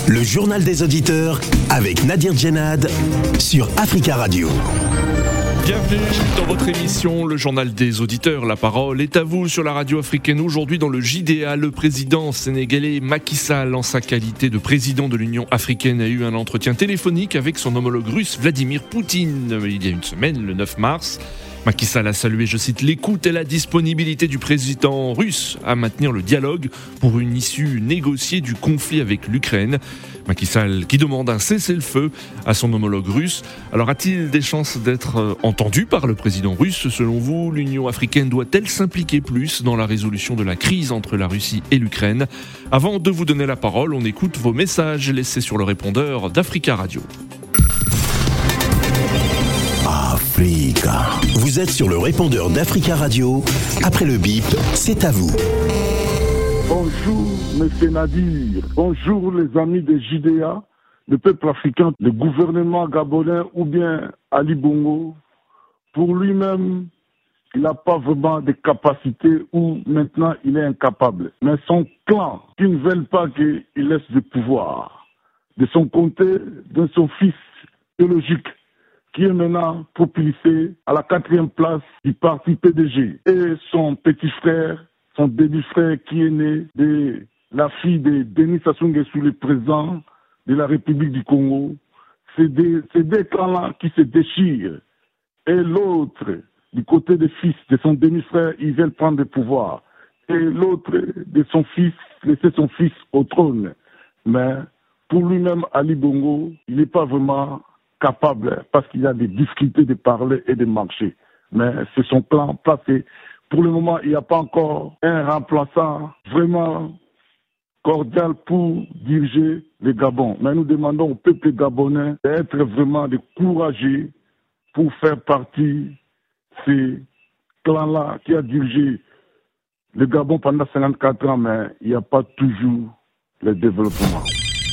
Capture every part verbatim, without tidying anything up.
Le journal des auditeurs avec Nadir Djenad sur Africa Radio. Bienvenue dans votre émission, le journal des auditeurs. La parole est à vous sur la radio africaine. Aujourd'hui dans le J D A, le président sénégalais Macky Sall, en sa qualité de président de l'Union africaine, a eu un entretien téléphonique avec son homologue russe Vladimir Poutine il y a une semaine, le neuf mars. Macky Sall a salué, je cite, l'écoute et la disponibilité du président russe à maintenir le dialogue pour une issue négociée du conflit avec l'Ukraine. Macky Sall qui demande un cessez-le-feu à son homologue russe. Alors a-t-il des chances d'être entendu par le président russe ? Selon vous, l'Union africaine doit-elle s'impliquer plus dans la résolution de la crise entre la Russie et l'Ukraine ? Avant de vous donner la parole, on écoute vos messages laissés sur le répondeur d'Africa Radio. Africa. Vous êtes sur le répondeur d'Africa Radio. Après le bip, c'est à vous. Bonjour, monsieur Nadir. Bonjour, les amis de J D A, le peuple africain, le gouvernement gabonais ou bien Ali Bongo. Pour lui-même, il n'a pas vraiment de capacité ou maintenant il est incapable. Mais son clan, qui ne veulent pas qu'il laisse le pouvoir, de son côté, de son fils biologique, qui est maintenant propulsé à la quatrième place du parti P D G. Et son petit frère, son demi-frère qui est né de la fille de Denis Sassou Nguesso, le président de la République du Congo. C'est des, c'est des clans-là qui se déchirent. Et l'autre, du côté des fils de son demi-frère, ils veulent prendre le pouvoir. Et l'autre, de son fils, laisser son fils au trône. Mais pour lui-même, Ali Bongo, il n'est pas vraiment capable parce qu'il y a des difficultés de parler et de marcher. Mais c'est son clan placé. Pour le moment, il n'y a pas encore un remplaçant vraiment cordial pour diriger le Gabon. Mais nous demandons au peuple gabonais d'être vraiment de courageux pour faire partie de ces clans-là qui a dirigé le Gabon pendant cinquante-quatre ans, mais il n'y a pas toujours le développement.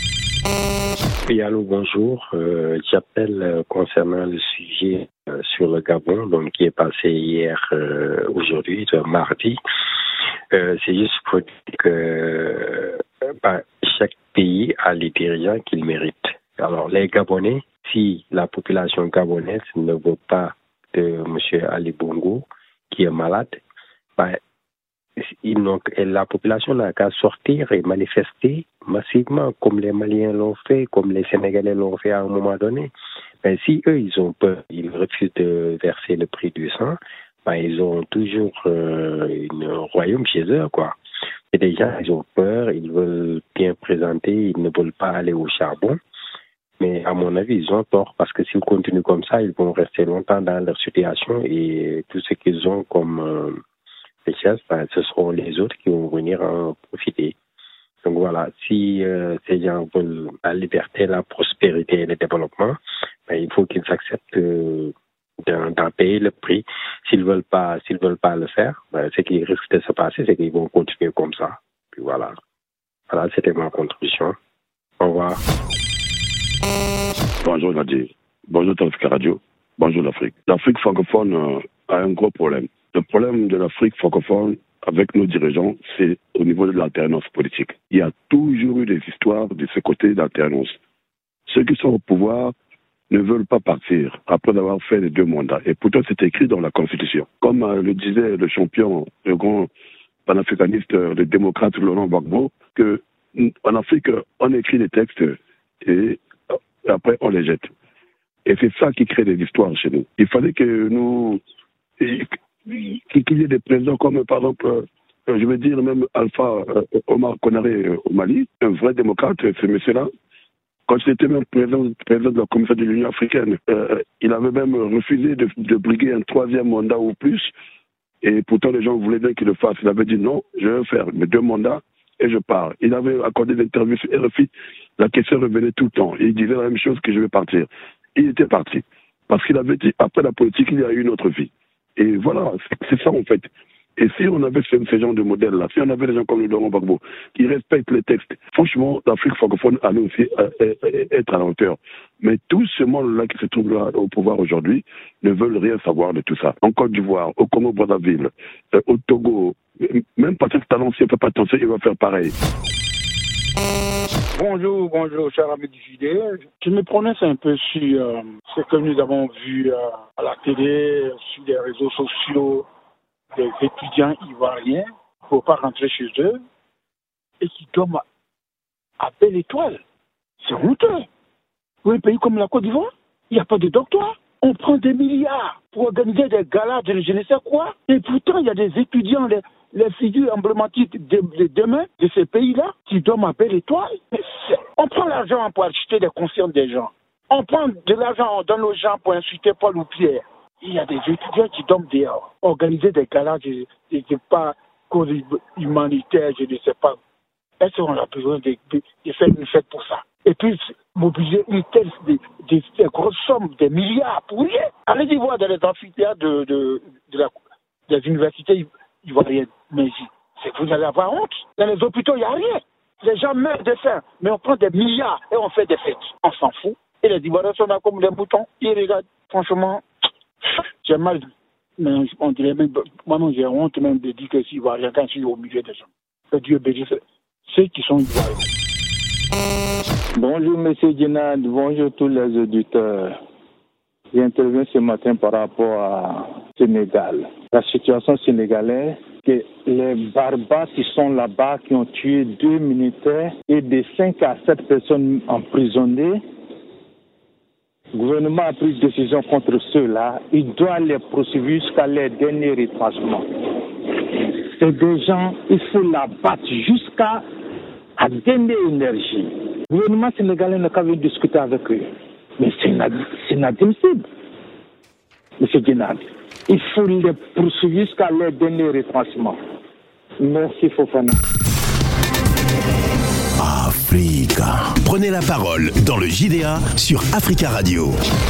Oui, allô, bonjour. Euh, j'appelle euh, concernant le sujet euh, sur le Gabon, donc qui est passé hier, euh, aujourd'hui, mardi. Euh, c'est juste pour dire que euh, bah, chaque pays a les dirigeants qu'il mérite. Alors, les Gabonais, si la population gabonaise ne veut pas de M. Ali Bongo, qui est malade, bah, Ils n'ont, la population n'a qu'à sortir et manifester massivement, comme les Maliens l'ont fait, comme les Sénégalais l'ont fait à un moment donné. Ben, si eux, ils ont peur, ils refusent de verser le prix du sang, ben, ils ont toujours euh, un royaume chez eux, quoi. Et des gens, ils ont peur, ils veulent bien présenter, ils ne veulent pas aller au charbon. Mais à mon avis, ils ont tort, parce que s'ils continuent comme ça, ils vont rester longtemps dans leur situation et tout ce qu'ils ont comme... Euh, richesse, ben, ce seront les autres qui vont venir en profiter. Donc voilà, si euh, ces gens veulent la liberté, la prospérité et le développement, ben, il faut qu'ils acceptent euh, d'en, d'en payer le prix. S'ils veulent pas, s'ils veulent pas le faire, ben, ce qui risque de se passer, c'est qu'ils vont continuer comme ça. Puis voilà. Voilà, c'était ma contribution. Au revoir. Bonjour Nadir. Bonjour Africa Radio. Bonjour l'Afrique. L'Afrique francophone euh, a un gros problème. Le problème de l'Afrique francophone avec nos dirigeants, c'est au niveau de l'alternance politique. Il y a toujours eu des histoires de ce côté d'alternance. Ceux qui sont au pouvoir ne veulent pas partir après avoir fait les deux mandats. Et pourtant, c'est écrit dans la Constitution. Comme euh, le disait le champion, le grand panafricaniste, le démocrate Laurent Gbagbo, qu'en Afrique, on écrit des textes et après, on les jette. Et c'est ça qui crée des histoires chez nous. Il fallait que nous... qu'il y ait des présidents comme, par exemple, euh, je veux dire même Alpha euh, Omar Konaré euh, au Mali, un vrai démocrate, ce monsieur-là, quand il était même président, président de la Commission de l'Union africaine, euh, il avait même refusé de, de briguer un troisième mandat ou plus, et pourtant les gens voulaient bien qu'il le fasse. Il avait dit non, je vais faire mes deux mandats et je pars. Il avait accordé des interviews sur R F I, la question revenait tout le temps, et il disait la même chose, que je vais partir. Il était parti, parce qu'il avait dit, après la politique, il y a eu une autre vie. Et voilà, c'est ça en fait. Et si on avait ce, ce genre de modèle-là, si on avait des gens comme le Laurent Gbagbo qui respectent les textes, franchement, l'Afrique francophone allait aussi euh, euh, être à la hauteur. Mais tout ce monde-là qui se trouve là au pouvoir aujourd'hui ne veulent rien savoir de tout ça. En Côte d'Ivoire, au Congo-Brazzaville, euh, au Togo, même Patrice Talon, s'il ne fait pas attention, il va faire pareil. Bonjour, bonjour, cher ami du J D. Je me prononce un peu sur euh, ce que nous avons vu euh, à la télé, sur les réseaux sociaux, des étudiants ivoiriens qui ne peuvent pas rentrer chez eux et qui dorment à belle étoile. C'est honteux. Pour un pays comme la Côte d'Ivoire, il n'y a pas de doctorat. On prend des milliards pour organiser des galas de je ne sais quoi. Et pourtant, il y a des étudiants, les, les figures emblématiques de, de demain de ces pays-là qui dorment à belle étoile. On prend l'argent pour acheter des consciences des gens. On prend de l'argent, on donne aux gens pour insulter Paul ou Pierre. Il y a des étudiants qui dorment dehors. Organiser des galas, je ne sais pas, cause humanitaire, je ne sais pas. Est-ce qu'on a besoin de, de, de faire une fête pour ça? Et puis, mobiliser une telle, des, des, des grosses sommes, des milliards pour rien. Allez-y voir dans les amphithéâtres de, de, de la, des universités ivoiriennes. Mais c'est vous allez avoir honte. Dans les hôpitaux, il n'y a rien. Les gens meurent de faim. Mais on prend des milliards et on fait des fêtes. On s'en fout. Et les Ivoiriens sont là comme des boutons. Ils regardent. Franchement, j'ai mal. Mais on dirait même, moi, j'ai honte même de dire que c'est Ivoirien quand je suis au milieu des gens. Que Dieu bénisse ceux qui sont Ivoiriens. Bonjour Monsieur Djenad, bonjour tous les auditeurs. J'interviens ce matin par rapport à Sénégal. La situation sénégalaise, que les barbares qui sont là-bas, qui ont tué deux militaires et de cinq à sept personnes emprisonnées, le gouvernement a pris une décision contre ceux-là. Il doit les poursuivre jusqu'à leur dernier retranchement. C'est des gens, il faut la battre jusqu'à la dernière énergie. Le gouvernement sénégalais n'a qu'à venir discuter avec eux. Mais c'est inadmissible. Monsieur Djenad, il faut les poursuivre jusqu'à leur dernier retranchement. Merci Fofana. Africa. Prenez la parole dans le J D A sur Africa Radio.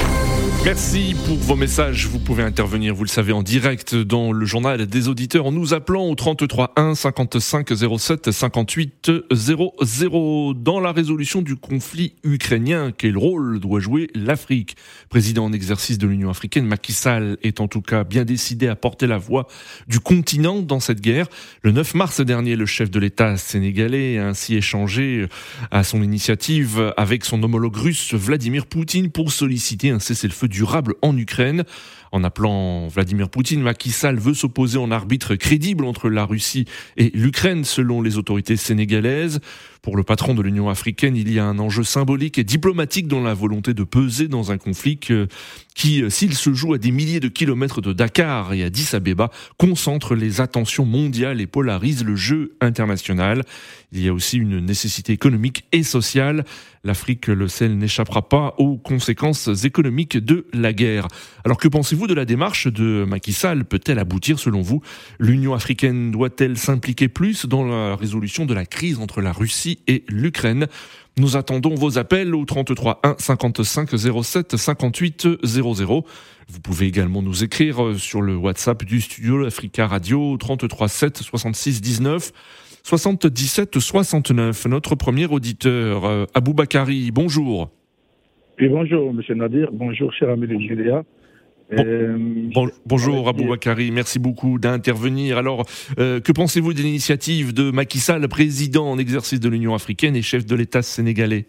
Merci pour vos messages. Vous pouvez intervenir, vous le savez, en direct dans le journal des auditeurs en nous appelant au trente-trois un cinquante-cinq zéro sept cinquante-huit zéro zéro. Dans la résolution du conflit ukrainien, quel rôle doit jouer l'Afrique? Président en exercice de l'Union africaine, Macky Sall est en tout cas bien décidé à porter la voix du continent dans cette guerre. Le neuf mars dernier, le chef de l'État sénégalais a ainsi échangé à son initiative avec son homologue russe Vladimir Poutine pour solliciter un cessez-le-feu durable en Ukraine. En appelant Vladimir Poutine, Macky Sall veut s'opposer en arbitre crédible entre la Russie et l'Ukraine, selon les autorités sénégalaises. Pour le patron de l'Union africaine, il y a un enjeu symbolique et diplomatique dans la volonté de peser dans un conflit que, qui, s'il se joue à des milliers de kilomètres de Dakar et à Addis Abeba, concentre les attentions mondiales et polarise le jeu international. Il y a aussi une nécessité économique et sociale. L'Afrique, le sait, n'échappera pas aux conséquences économiques de la guerre. Alors que pensez-vous de la démarche de Macky Sall? Peut-elle aboutir selon vous? L'Union africaine doit-elle s'impliquer plus dans la résolution de la crise entre la Russie et l'Ukraine? Nous attendons vos appels au trente-trois un cinquante-cinq zéro sept cinquante-huit zéro zéro. Vous pouvez également nous écrire sur le WhatsApp du studio Africa Radio trente-trois sept soixante-six dix-neuf soixante-dix-sept soixante-neuf. Notre premier auditeur, euh, Aboubakari, bonjour. Oui, bonjour, monsieur Nadir. Bonjour, cher ami de J D A. Bon, euh, bon, bonjour Aboubakari, merci beaucoup d'intervenir. Alors, euh, que pensez-vous de l'initiative de Macky Sall, président en exercice de l'Union africaine et chef de l'État sénégalais?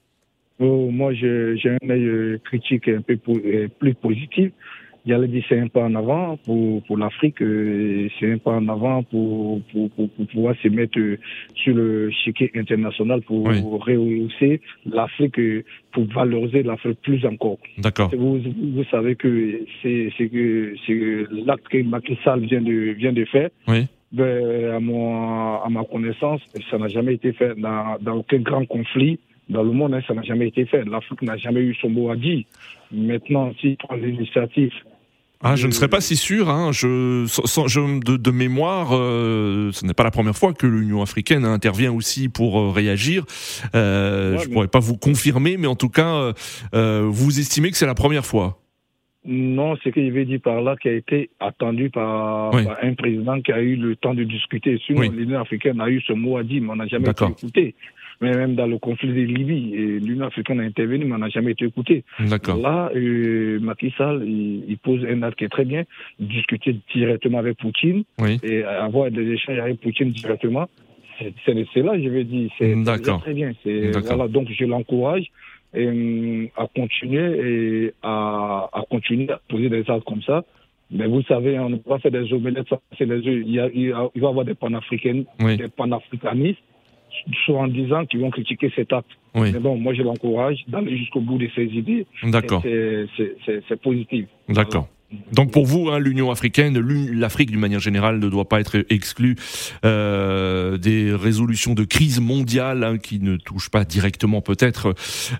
Oh, moi, j'ai, j'ai un œil critique un peu pour, euh, plus positif. J'allais dire c'est un pas en avant pour, pour l'Afrique, euh, c'est un pas en avant pour, pour, pour, pour pouvoir se mettre sur le chiquet international pour oui. rehausser l'Afrique, pour valoriser l'Afrique plus encore. D'accord. Vous, vous savez que c'est, c'est que c'est l'acte que Macky Sall vient de, vient de faire. Oui. Ben, à, mon, à ma connaissance, ça n'a jamais été fait dans, dans aucun grand conflit. Dans le monde, hein, ça n'a jamais été fait. L'Afrique n'a jamais eu son mot à dire. Maintenant, s'il prend l'initiative... Ah, je ne serais pas si sûr. Hein. Je, sans, je, de, de mémoire, euh, ce n'est pas la première fois que l'Union africaine intervient aussi pour euh, réagir. Euh, ouais, je ne mais... pourrais pas vous confirmer, mais en tout cas, euh, vous estimez que c'est la première fois? Non, ce que je vais dire par là, qui a été attendu par, oui. par un président qui a eu le temps de discuter. Sinon, oui. l'Union africaine a eu ce mot à dire, mais on n'a jamais été écouté. Mais même dans le conflit de Libye, l'Union africaine a intervenu, mais on n'a jamais été écouté. D'accord. Là, euh, Macky Sall, il, il pose un acte qui est très bien, discuter directement avec Poutine, oui. et avoir des échanges avec Poutine directement. c'est, c'est, c'est là, je veux dire, c'est, D'accord. c'est très bien. C'est, D'accord. voilà, donc je l'encourage et, à continuer et à, à continuer à poser des actes comme ça. Mais vous savez, on ne peut pas faire des omelettes sans casser les œufs. Il, y a, il, y a, il va y avoir des panafricains, oui. des panafricanistes, soi-disant qui vont critiquer cet acte. Oui. Mais bon, moi je l'encourage d'aller jusqu'au bout de ses idées. D'accord. C'est, c'est, c'est, c'est positif. D'accord. Voilà. Donc pour vous, hein, l'Union africaine, l'Afrique d'une manière générale ne doit pas être exclue euh, des résolutions de crise mondiale hein, qui ne touchent pas directement peut-être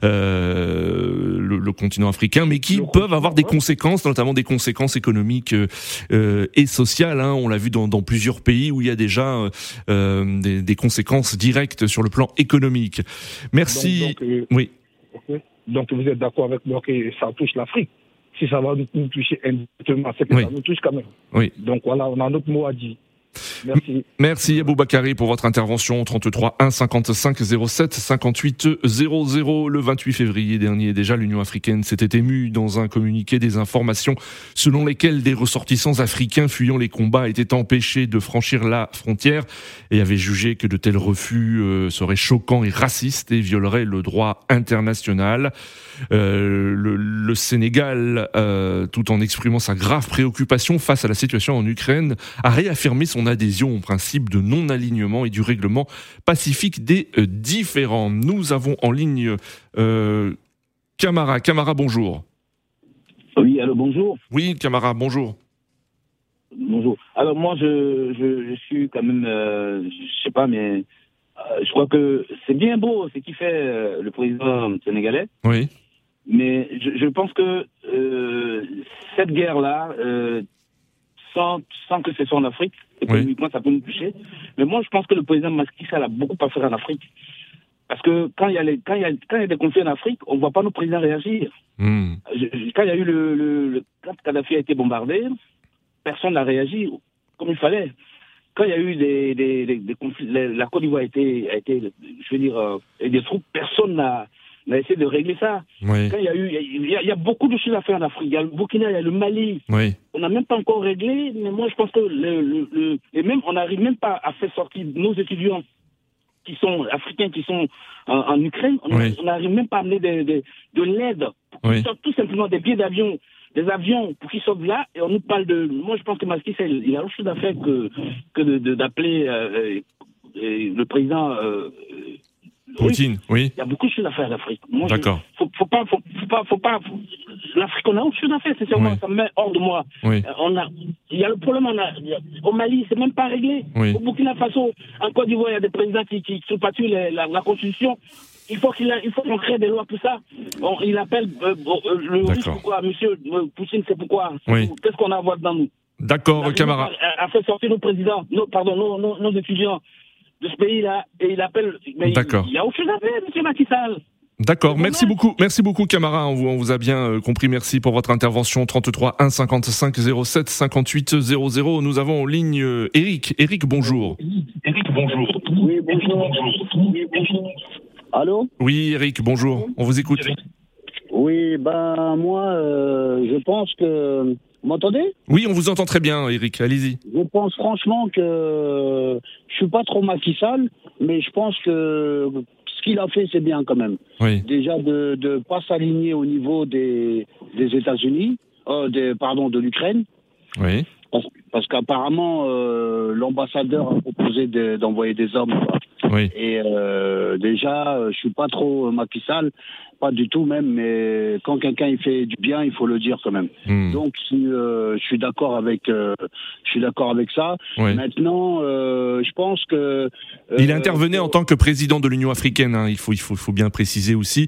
euh, le, le continent africain, mais qui le peuvent avoir des conséquences, notamment des conséquences économiques euh, et sociales. Hein. On l'a vu dans, dans plusieurs pays où il y a déjà euh, des, des conséquences directes sur le plan économique. Merci. Donc, donc, euh, oui. Okay. Donc vous êtes d'accord avec moi que ça touche l'Afrique? Si ça va nous toucher indirectement, c'est que oui. ça nous touche quand même. Oui. Donc voilà, on a notre mot à dire. Merci. Merci Aboubakari pour votre intervention. trente-trois un cinquante-cinq zéro sept cinquante-huit zéro zéro. Le vingt-huit février dernier, déjà, l'Union africaine s'était émue dans un communiqué des informations selon lesquelles des ressortissants africains fuyant les combats étaient empêchés de franchir la frontière et avait jugé que de tels refus euh, seraient choquants et racistes et violeraient le droit international. Euh, le, le Sénégal, euh, tout en exprimant sa grave préoccupation face à la situation en Ukraine, a réaffirmé son adhésion au principe de non-alignement et du règlement pacifique des euh, différends. Nous avons en ligne euh, Camara. Camara, bonjour. Oui, allô, bonjour. Oui, Camara, bonjour. Bonjour. Alors moi, je, je, je suis quand même, euh, je sais pas, mais euh, je crois que c'est bien beau ce qu'il fait euh, le président sénégalais. Oui. Mais je, je pense que euh, cette guerre-là, euh, sans, sans que ce soit en Afrique, économiquement, oui. ça peut nous toucher. Mais moi, je pense que le président Macky Sall a beaucoup à faire en Afrique. Parce que quand il y a, les, quand il y a, quand il y a des conflits en Afrique, on ne voit pas nos présidents réagir. Mm. Je, je, quand il y a eu le, le, le... Quand Kadhafi a été bombardé, personne n'a réagi comme il fallait. Quand il y a eu des, des, des, des conflits, la Côte d'Ivoire a été, a été, je veux dire, euh, des troupes, personne n'a, n'a essayé de régler ça. Oui. Quand il y a eu, il y a, il y a beaucoup de choses à faire en Afrique. Il y a le Burkina, il y a le Mali. Oui. On n'a même pas encore réglé, mais moi je pense que le, le, le et même on n'arrive même pas à faire sortir nos étudiants qui sont africains, qui sont en, en Ukraine. On oui. n'arrive même pas à amener de, de, de l'aide. Oui. Tout simplement des billets d'avion. Des avions pour qu'ils sortent là et on nous parle de. Moi, je pense que Macky Sall, il a autre chose à faire que, que de, de, d'appeler euh, euh, le président. Euh, Poutine, oui. Il y a beaucoup de choses à faire en Afrique. Moi, D'accord. Je, faut, faut pas, faut, faut pas, faut pas. Faut, L'Afrique, on a autre chose à faire. C'est sûrement, oui. ça me met hors de moi. Oui. Euh, on a, il y a le problème. On a, au Mali, c'est même pas réglé. Oui. Au Burkina Faso, en Côte d'Ivoire, il y a des présidents qui, qui sont battus la, la, la Constitution. Il faut qu'il a, il faut qu'on crée des lois pour ça. On, il appelle euh, euh, le russe pourquoi, monsieur euh, Poutine, c'est pourquoi. Oui. Qu'est-ce qu'on a à voir devant nous? D'accord, camarade. A, a fait sortir nos présidents, nos, pardon, nos, nos, nos étudiants de ce pays-là, et il appelle. Mais D'accord. Il y a autre chose à faire, monsieur Macky Sall. D'accord, merci beaucoup, merci beaucoup Camara, on vous, on vous a bien euh, compris, merci pour votre intervention. Trente-trois un cinquante-cinq zéro sept cinquante-huit zéro zéro. Nous avons en ligne euh, Eric. Eric, bonjour. Eric, bonjour. Oui, bonjour. Oui, bonjour. Allô? Oui, Eric, bonjour, on vous écoute. Oui, ben moi, euh, je pense que... Vous m'entendez? Oui, on vous entend très bien, Eric, allez-y. Je pense franchement que je suis pas trop Macky Sall, mais je pense que ce qu'il a fait, c'est bien quand même. Oui. Déjà de ne pas s'aligner au niveau des, des États-Unis, euh, des, pardon, de l'Ukraine. Oui. Parce, parce qu'apparemment, euh, l'ambassadeur a proposé de, d'envoyer des hommes. Quoi. Oui. Et euh, déjà, je suis pas trop Macky Sall, pas du tout même, mais quand quelqu'un il fait du bien, il faut le dire quand même. Mm. Donc, si, euh, je suis d'accord avec, euh, je suis d'accord avec ça. Oui. Maintenant, euh, je pense que euh, il intervenait euh, en tant que président de l'Union africaine. Hein, il faut, il faut, il faut bien préciser aussi.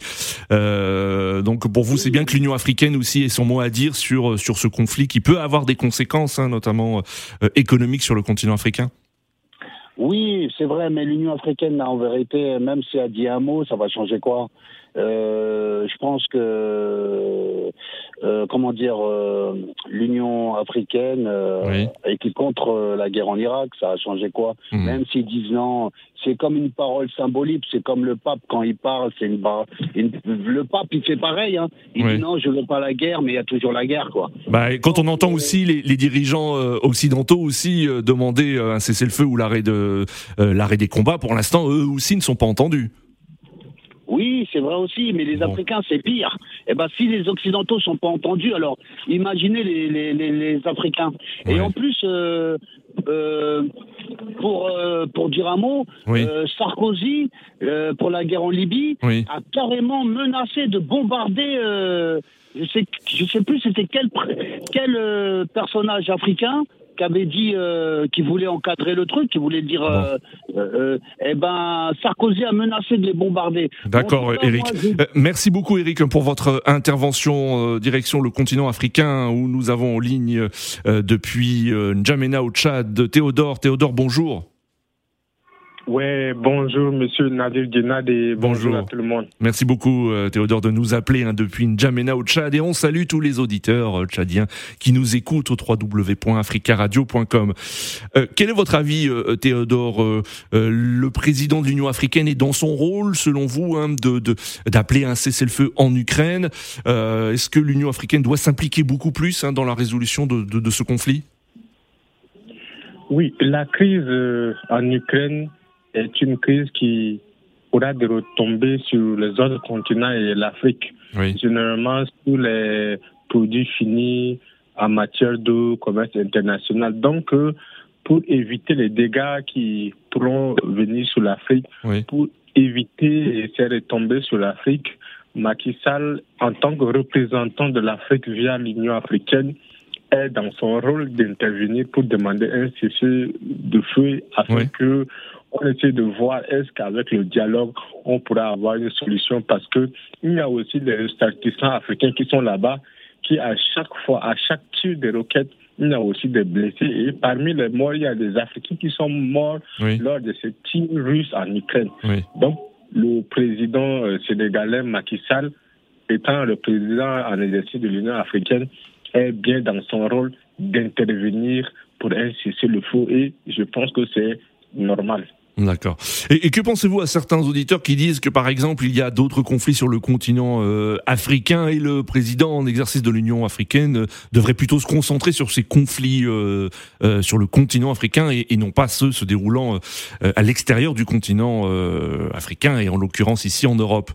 Euh, donc, pour vous, c'est bien que l'Union africaine aussi ait son mot à dire sur sur ce conflit qui peut avoir des conséquences, hein, notamment euh, économiques sur le continent africain. Oui, c'est vrai, mais l'Union africaine, en vérité, même si elle dit un mot, ça va changer quoi? Euh, je pense que, euh, comment dire, euh, l'Union africaine euh, oui. était contre euh, la guerre en Irak. Ça a changé quoi? Mmh. Même s'ils disent non, c'est comme une parole symbolique. C'est comme le pape quand il parle. C'est une, une le pape il fait pareil. Hein. Il oui. dit non, je veux pas la guerre, mais il y a toujours la guerre, quoi. Bah, quand on entend aussi les, les dirigeants euh, occidentaux aussi euh, demander euh, un cessez-le-feu ou l'arrêt de euh, l'arrêt des combats, pour l'instant, eux aussi ne sont pas entendus. Oui, c'est vrai aussi, mais les bon. Africains, c'est pire. Eh ben, si les Occidentaux sont pas entendus, alors imaginez les, les, les, les Africains. Ouais. Et en plus, euh, euh, pour, euh, pour dire un mot, oui. euh, Sarkozy, euh, pour la guerre en Libye, oui. a carrément menacé de bombarder... Euh, je sais, je sais plus c'était quel, quel euh, personnage africain qui avait dit euh, qu'il voulait encadrer le truc, qui voulait dire, euh, bon. euh, eh ben, Sarkozy a menacé de les bombarder. D'accord, bon, Eric. Moi, je... euh, merci beaucoup, Eric, pour votre intervention euh, direction le continent africain, où nous avons en ligne euh, depuis euh, N'Djamena au Tchad. Théodore, Théodore, bonjour. Ouais, bonjour Monsieur Nadir Djenad et bonjour. bonjour à tout le monde. Merci beaucoup euh, Théodore de nous appeler hein, depuis N'Djamena au Tchad, et on salue tous les auditeurs euh, tchadiens qui nous écoutent au w w w point africa radio point com. Euh, quel est votre avis euh, Théodore euh, euh, le président de l'Union africaine est dans son rôle selon vous hein, de, de, d'appeler un cessez-le-feu en Ukraine. euh, Est-ce que l'Union africaine doit s'impliquer beaucoup plus hein, dans la résolution de, de, de ce conflit? Oui, la crise euh, en Ukraine est une crise qui aura des retombées sur les autres continents et l'Afrique. Oui. Généralement, sur les produits finis en matière de commerce international. Donc, euh, pour éviter les dégâts qui pourront venir sur l'Afrique, oui. pour éviter ces retombées sur l'Afrique, Macky Sall, en tant que représentant de l'Afrique via l'Union africaine, est dans son rôle d'intervenir pour demander un cessez-le-feu afin oui. que on essaie de voir est-ce qu'avec le dialogue, on pourra avoir une solution, parce que il y a aussi des ressortissants africains qui sont là-bas, qui à chaque fois, à chaque tir de roquette, il y a aussi des blessés. Et parmi les morts, il y a des Africains qui sont morts oui. lors de ces tirs russes en Ukraine. Oui. Donc, le président euh, sénégalais Macky Sall, étant le président en exercice de l'Union africaine, est bien dans son rôle d'intervenir pour un cessez-le-feu, et je pense que c'est normal. D'accord. Et, et que pensez-vous à certains auditeurs qui disent que, par exemple, il y a d'autres conflits sur le continent euh, africain et le président en exercice de l'Union africaine euh, devrait plutôt se concentrer sur ces conflits euh, euh, sur le continent africain et, et non pas ceux se déroulant euh, à l'extérieur du continent euh, africain et en l'occurrence ici en Europe?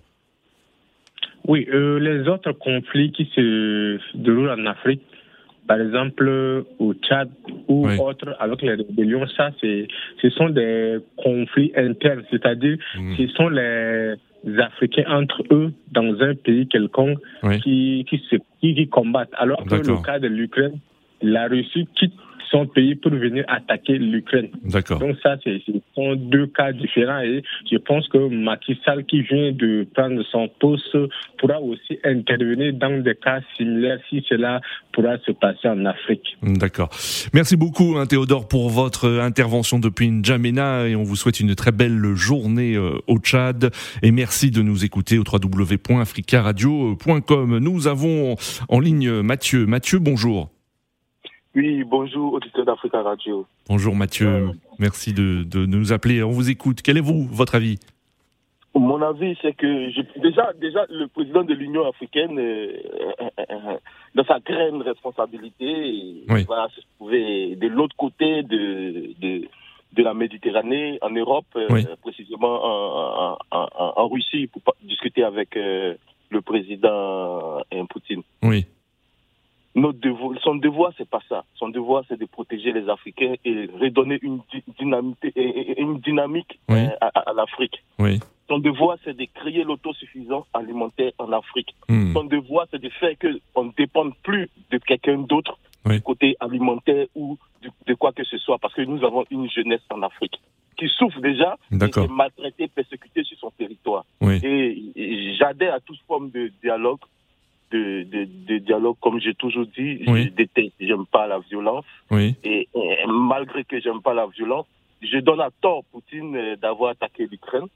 Oui, euh, les autres conflits qui se déroulent en Afrique, par exemple au Tchad ou oui. autres, avec les rébellions, ça, c'est, ce sont des conflits internes, c'est-à-dire mmh. ce sont les Africains entre eux dans un pays quelconque oui. qui, qui, se, qui, qui combattent. Alors D'accord. que le cas de l'Ukraine, la Russie quitte son pays pour venir attaquer l'Ukraine. D'accord. Donc ça, c'est, ce sont deux cas différents, et je pense que Macky Sall, qui vient de prendre son poste, pourra aussi intervenir dans des cas similaires si cela pourra se passer en Afrique. D'accord. Merci beaucoup hein, Théodore pour votre intervention depuis N'Djamena, et on vous souhaite une très belle journée euh, au Tchad, et merci de nous écouter au w w w point africa radio point com. Nous avons en ligne Mathieu. Mathieu, bonjour. Oui, bonjour, auditeur d'Africa Radio. Bonjour Mathieu, euh, merci de, de nous appeler, on vous écoute. Quel est vous, votre avis? Mon avis, c'est que je, déjà, déjà, le président de l'Union africaine, euh, euh, dans sa grande responsabilité, oui. va se trouver de l'autre côté de, de, de la Méditerranée, en Europe, oui. euh, précisément en, en, en, en Russie, pour discuter avec euh, le président euh, Poutine. Oui. Notre devoir, son devoir, c'est pas ça. Son devoir, c'est de protéger les Africains et redonner une dynamique, une dynamique oui. euh, à, à l'Afrique. Oui. Son devoir, c'est de créer l'autosuffisance alimentaire en Afrique. Mm. Son devoir, c'est de faire qu'on ne dépende plus de quelqu'un d'autre oui. du côté alimentaire ou de, de quoi que ce soit, parce que nous avons une jeunesse en Afrique qui souffre déjà et qui est maltraitée, persécutée sur son territoire. Oui. Et, et j'adhère à toute forme de dialogue. De, de, de dialogue, comme j'ai toujours dit, oui. je déteste, j'aime pas la violence. Oui. Et, et malgré que j'aime pas la violence, je donne à tort Poutine d'avoir attaqué l'Ukraine.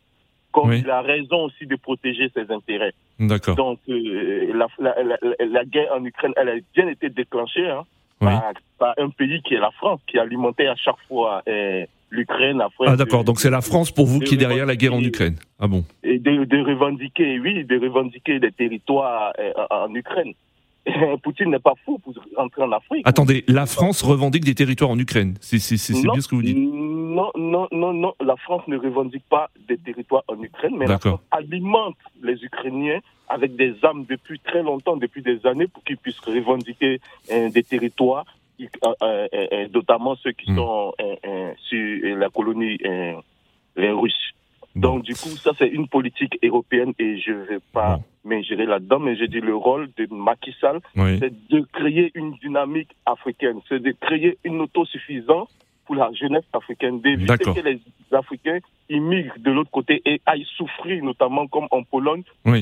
comme oui. il a raison aussi de protéger ses intérêts. D'accord. Donc, euh, la, la, la, la guerre en Ukraine, elle a bien été déclenchée hein, oui. par, par un pays qui est la France, qui alimentait à chaque fois euh, l'Ukraine. Après ah d'accord, de, donc c'est la France pour vous de qui est derrière la guerre en Ukraine. Ah bon. Et de, de revendiquer, oui, de revendiquer des territoires euh, en Ukraine. Poutine n'est pas fou pour rentrer en Afrique. Attendez, la France revendique des territoires en Ukraine. C'est, c'est, c'est, c'est bien ce que vous dites. Non, non, non, non. La France ne revendique pas des territoires en Ukraine, mais D'accord. la France alimente les Ukrainiens avec des armes depuis très longtemps, depuis des années, pour qu'ils puissent revendiquer euh, des territoires, euh, euh, euh, notamment ceux qui mmh. sont euh, euh, sur la colonie euh, les Russes. Donc, du coup, ça, c'est une politique européenne et je ne vais pas bon. m'ingérer là-dedans, mais j'ai dit le rôle de Macky Sall, oui. c'est de créer une dynamique africaine, c'est de créer une autosuffisance pour la jeunesse africaine, d'éviter D'accord. que les Africains immigrent de l'autre côté et aillent souffrir, notamment comme en Pologne, oui.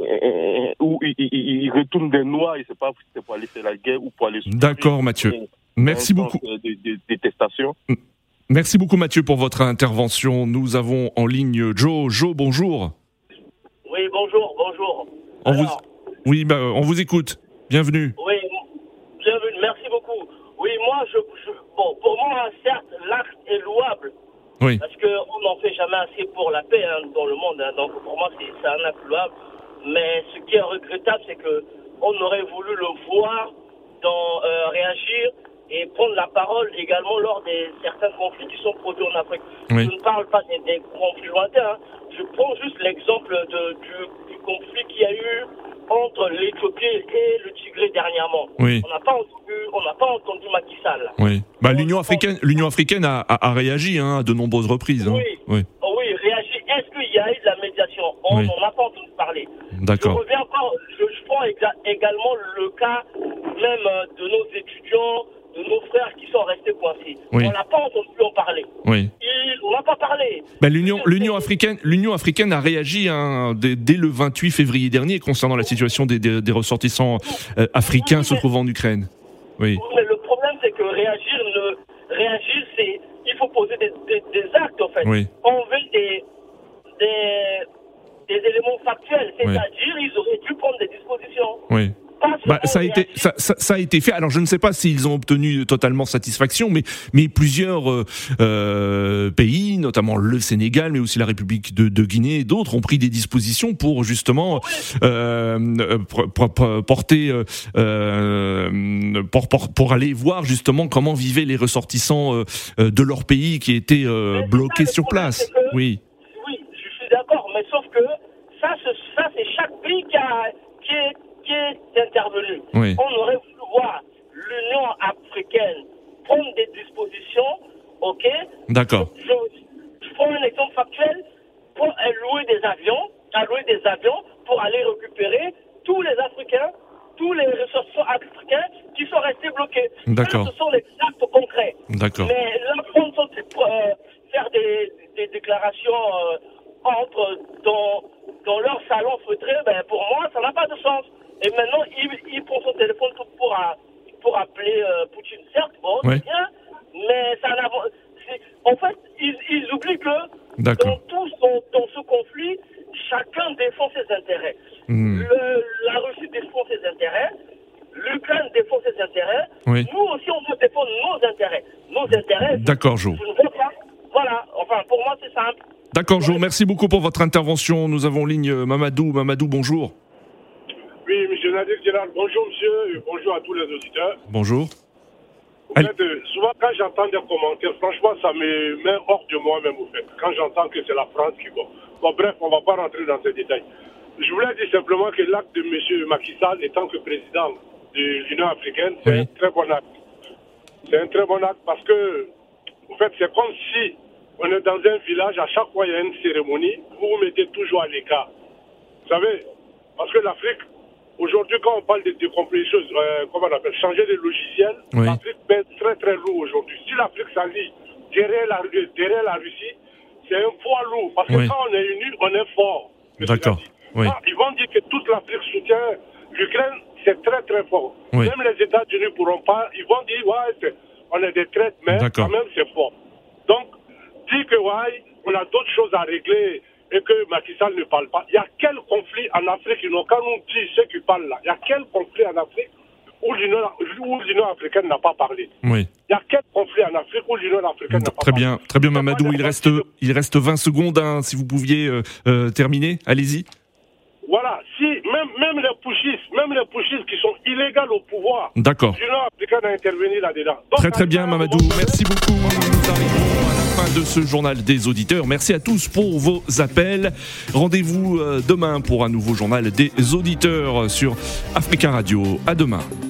où ils, ils, ils retournent des Noirs, et c'est pas si c'est pour aller faire la guerre ou pour aller souffrir. D'accord, Mathieu. Merci beaucoup. De, de, de détestation. Merci beaucoup Mathieu pour votre intervention. Nous avons en ligne Joe. Joe, bonjour. Oui, bonjour, bonjour. On Alors, vous... Oui, bah, on vous écoute. Bienvenue. Oui, bienvenue, merci beaucoup. Oui, moi, je, je, bon, pour moi, certes, l'acte est louable. Oui. Parce qu'on n'en fait jamais assez pour la paix hein, dans le monde. Hein, donc pour moi, c'est, c'est un acte louable. Mais ce qui est regrettable, c'est qu'on aurait voulu le voir dans, euh, réagir et prendre la parole également lors de certains conflits qui sont produits en Afrique. Oui. Je ne parle pas des, des conflits lointains, hein. Je prends juste l'exemple de, du, du conflit qu'il y a eu entre l'Éthiopie et le Tigré dernièrement. Oui. On n'a pas entendu, on n'a pas entendu Macky Sall. Oui. Bah, l'Union africaine, l'Union africaine a, a, a réagi hein, à de nombreuses reprises. Hein. Oui. Oui. Oh, oui, réagi. Est-ce qu'il y a eu de la médiation? On n'en oui. a pas entendu parler. D'accord. Je reviens encore, je, je prends exa- également le cas même de nos étudiants, de nos frères qui sont restés coincés. Oui. On n'a pas entendu en parler. Oui. Il, on n'a pas parlé. Ben, l'Union, l'Union africaine, l'Union africaine a réagi hein, dès, dès le vingt-huit février dernier concernant la situation des, des, des ressortissants euh, africains oui, se trouvant en Ukraine. Oui. Mais le problème, c'est que réagir, ne, réagir, c'est, il faut poser des, des, des actes en fait. Oui. On veut des, des, des éléments factuels, c'est-à-dire oui. ils auraient dû prendre des dispositions. Oui. Bah, ça a été ça, ça, ça a été fait. Alors je ne sais pas s'ils ont obtenu totalement satisfaction, mais mais plusieurs euh, euh, pays, notamment le Sénégal, mais aussi la République de, de Guinée et d'autres, ont pris des dispositions pour justement euh, pour, pour, porter euh, pour, pour pour aller voir justement comment vivaient les ressortissants euh, de leur pays qui étaient euh, bloqués ça, sur place. Que, oui. Oui, je suis d'accord, mais sauf que ça, ça c'est chaque pays qui a qui est qui est intervenu. Oui. On aurait voulu voir l'Union africaine prendre des dispositions, ok? D'accord. Je, je prends un exemple factuel pour louer des avions, allouer des avions pour aller récupérer tous les Africains, tous les ressortissants africains qui sont restés bloqués. D'accord. Ça, ce sont les actes concrets. D'accord. Mais là, prendre euh, faire des, des déclarations euh, entre dans, dans leur salon feutré, ben pour moi, ça n'a pas de sens. Et maintenant, il, il prend son téléphone pour, pour appeler euh, Poutine. Certes, bon, ouais. c'est bien, mais ça n'a En fait, ils, ils oublient que dans, tout son, dans ce conflit, chacun défend ses intérêts. Mmh. Le, la Russie défend ses intérêts, l'Ukraine défend ses intérêts. Oui. Nous aussi, on veut défendre nos intérêts. Nos intérêts, D'accord, Jo. Voilà, enfin, pour moi, c'est simple. D'accord, Jo, merci beaucoup pour votre intervention. Nous avons en ligne Mamadou. Mamadou, bonjour. Oui, monsieur Nadir Gérard, bonjour monsieur, et bonjour à tous les auditeurs. Bonjour. En fait, euh, souvent quand j'entends des commentaires, franchement, ça me met hors de moi-même, au fait. Quand j'entends que c'est la France qui va. Bon, bref, on ne va pas rentrer dans ces détails. Je voulais dire simplement que l'acte de monsieur Macky Sall, étant que président de l'Union africaine, c'est oui. un très bon acte. C'est un très bon acte parce que, en fait, c'est comme si on est dans un village, à chaque fois il y a une cérémonie, vous vous mettez toujours à l'écart. Vous savez, parce que l'Afrique, aujourd'hui, quand on parle de décompression, euh, comment on appelle, changer de logiciel, oui. l'Afrique pèse très très lourd aujourd'hui. Si l'Afrique s'allie derrière la, derrière la Russie, c'est un poids lourd. Parce que oui. quand on est unis, on est fort. D'accord. Oui. Ah, ils vont dire que toute l'Afrique soutient l'Ukraine, c'est très très fort. Oui. Même les États-Unis ne pourront pas, ils vont dire, ouais, on est des traites, mais D'accord. quand même c'est fort. Donc, dire que, ouais, on a d'autres choses à régler, et que Macky Sall ne parle pas. Il y a quel conflit en Afrique, ils n'ont qu'à nous dire ceux qui parlent là. Il y a quel conflit en Afrique où l'Union, où l'Union africaine n'a pas parlé. Oui. Il y a quel conflit en Afrique où l'Union africaine n'a pas très parlé. Bien, très bien Mamadou, il reste, il reste vingt secondes, hein, si vous pouviez euh, euh, terminer, allez-y. Voilà, si même, même les pushistes, même les pushistes qui sont illégaux au pouvoir, d'accord. l'Union africaine a intervenu là-dedans. Donc, très très bien Mamadou, merci beaucoup. Nous arrivons à la fin de ce journal des auditeurs. Merci à tous pour vos appels. Rendez-vous demain pour un nouveau journal des auditeurs sur Africa Radio. À demain.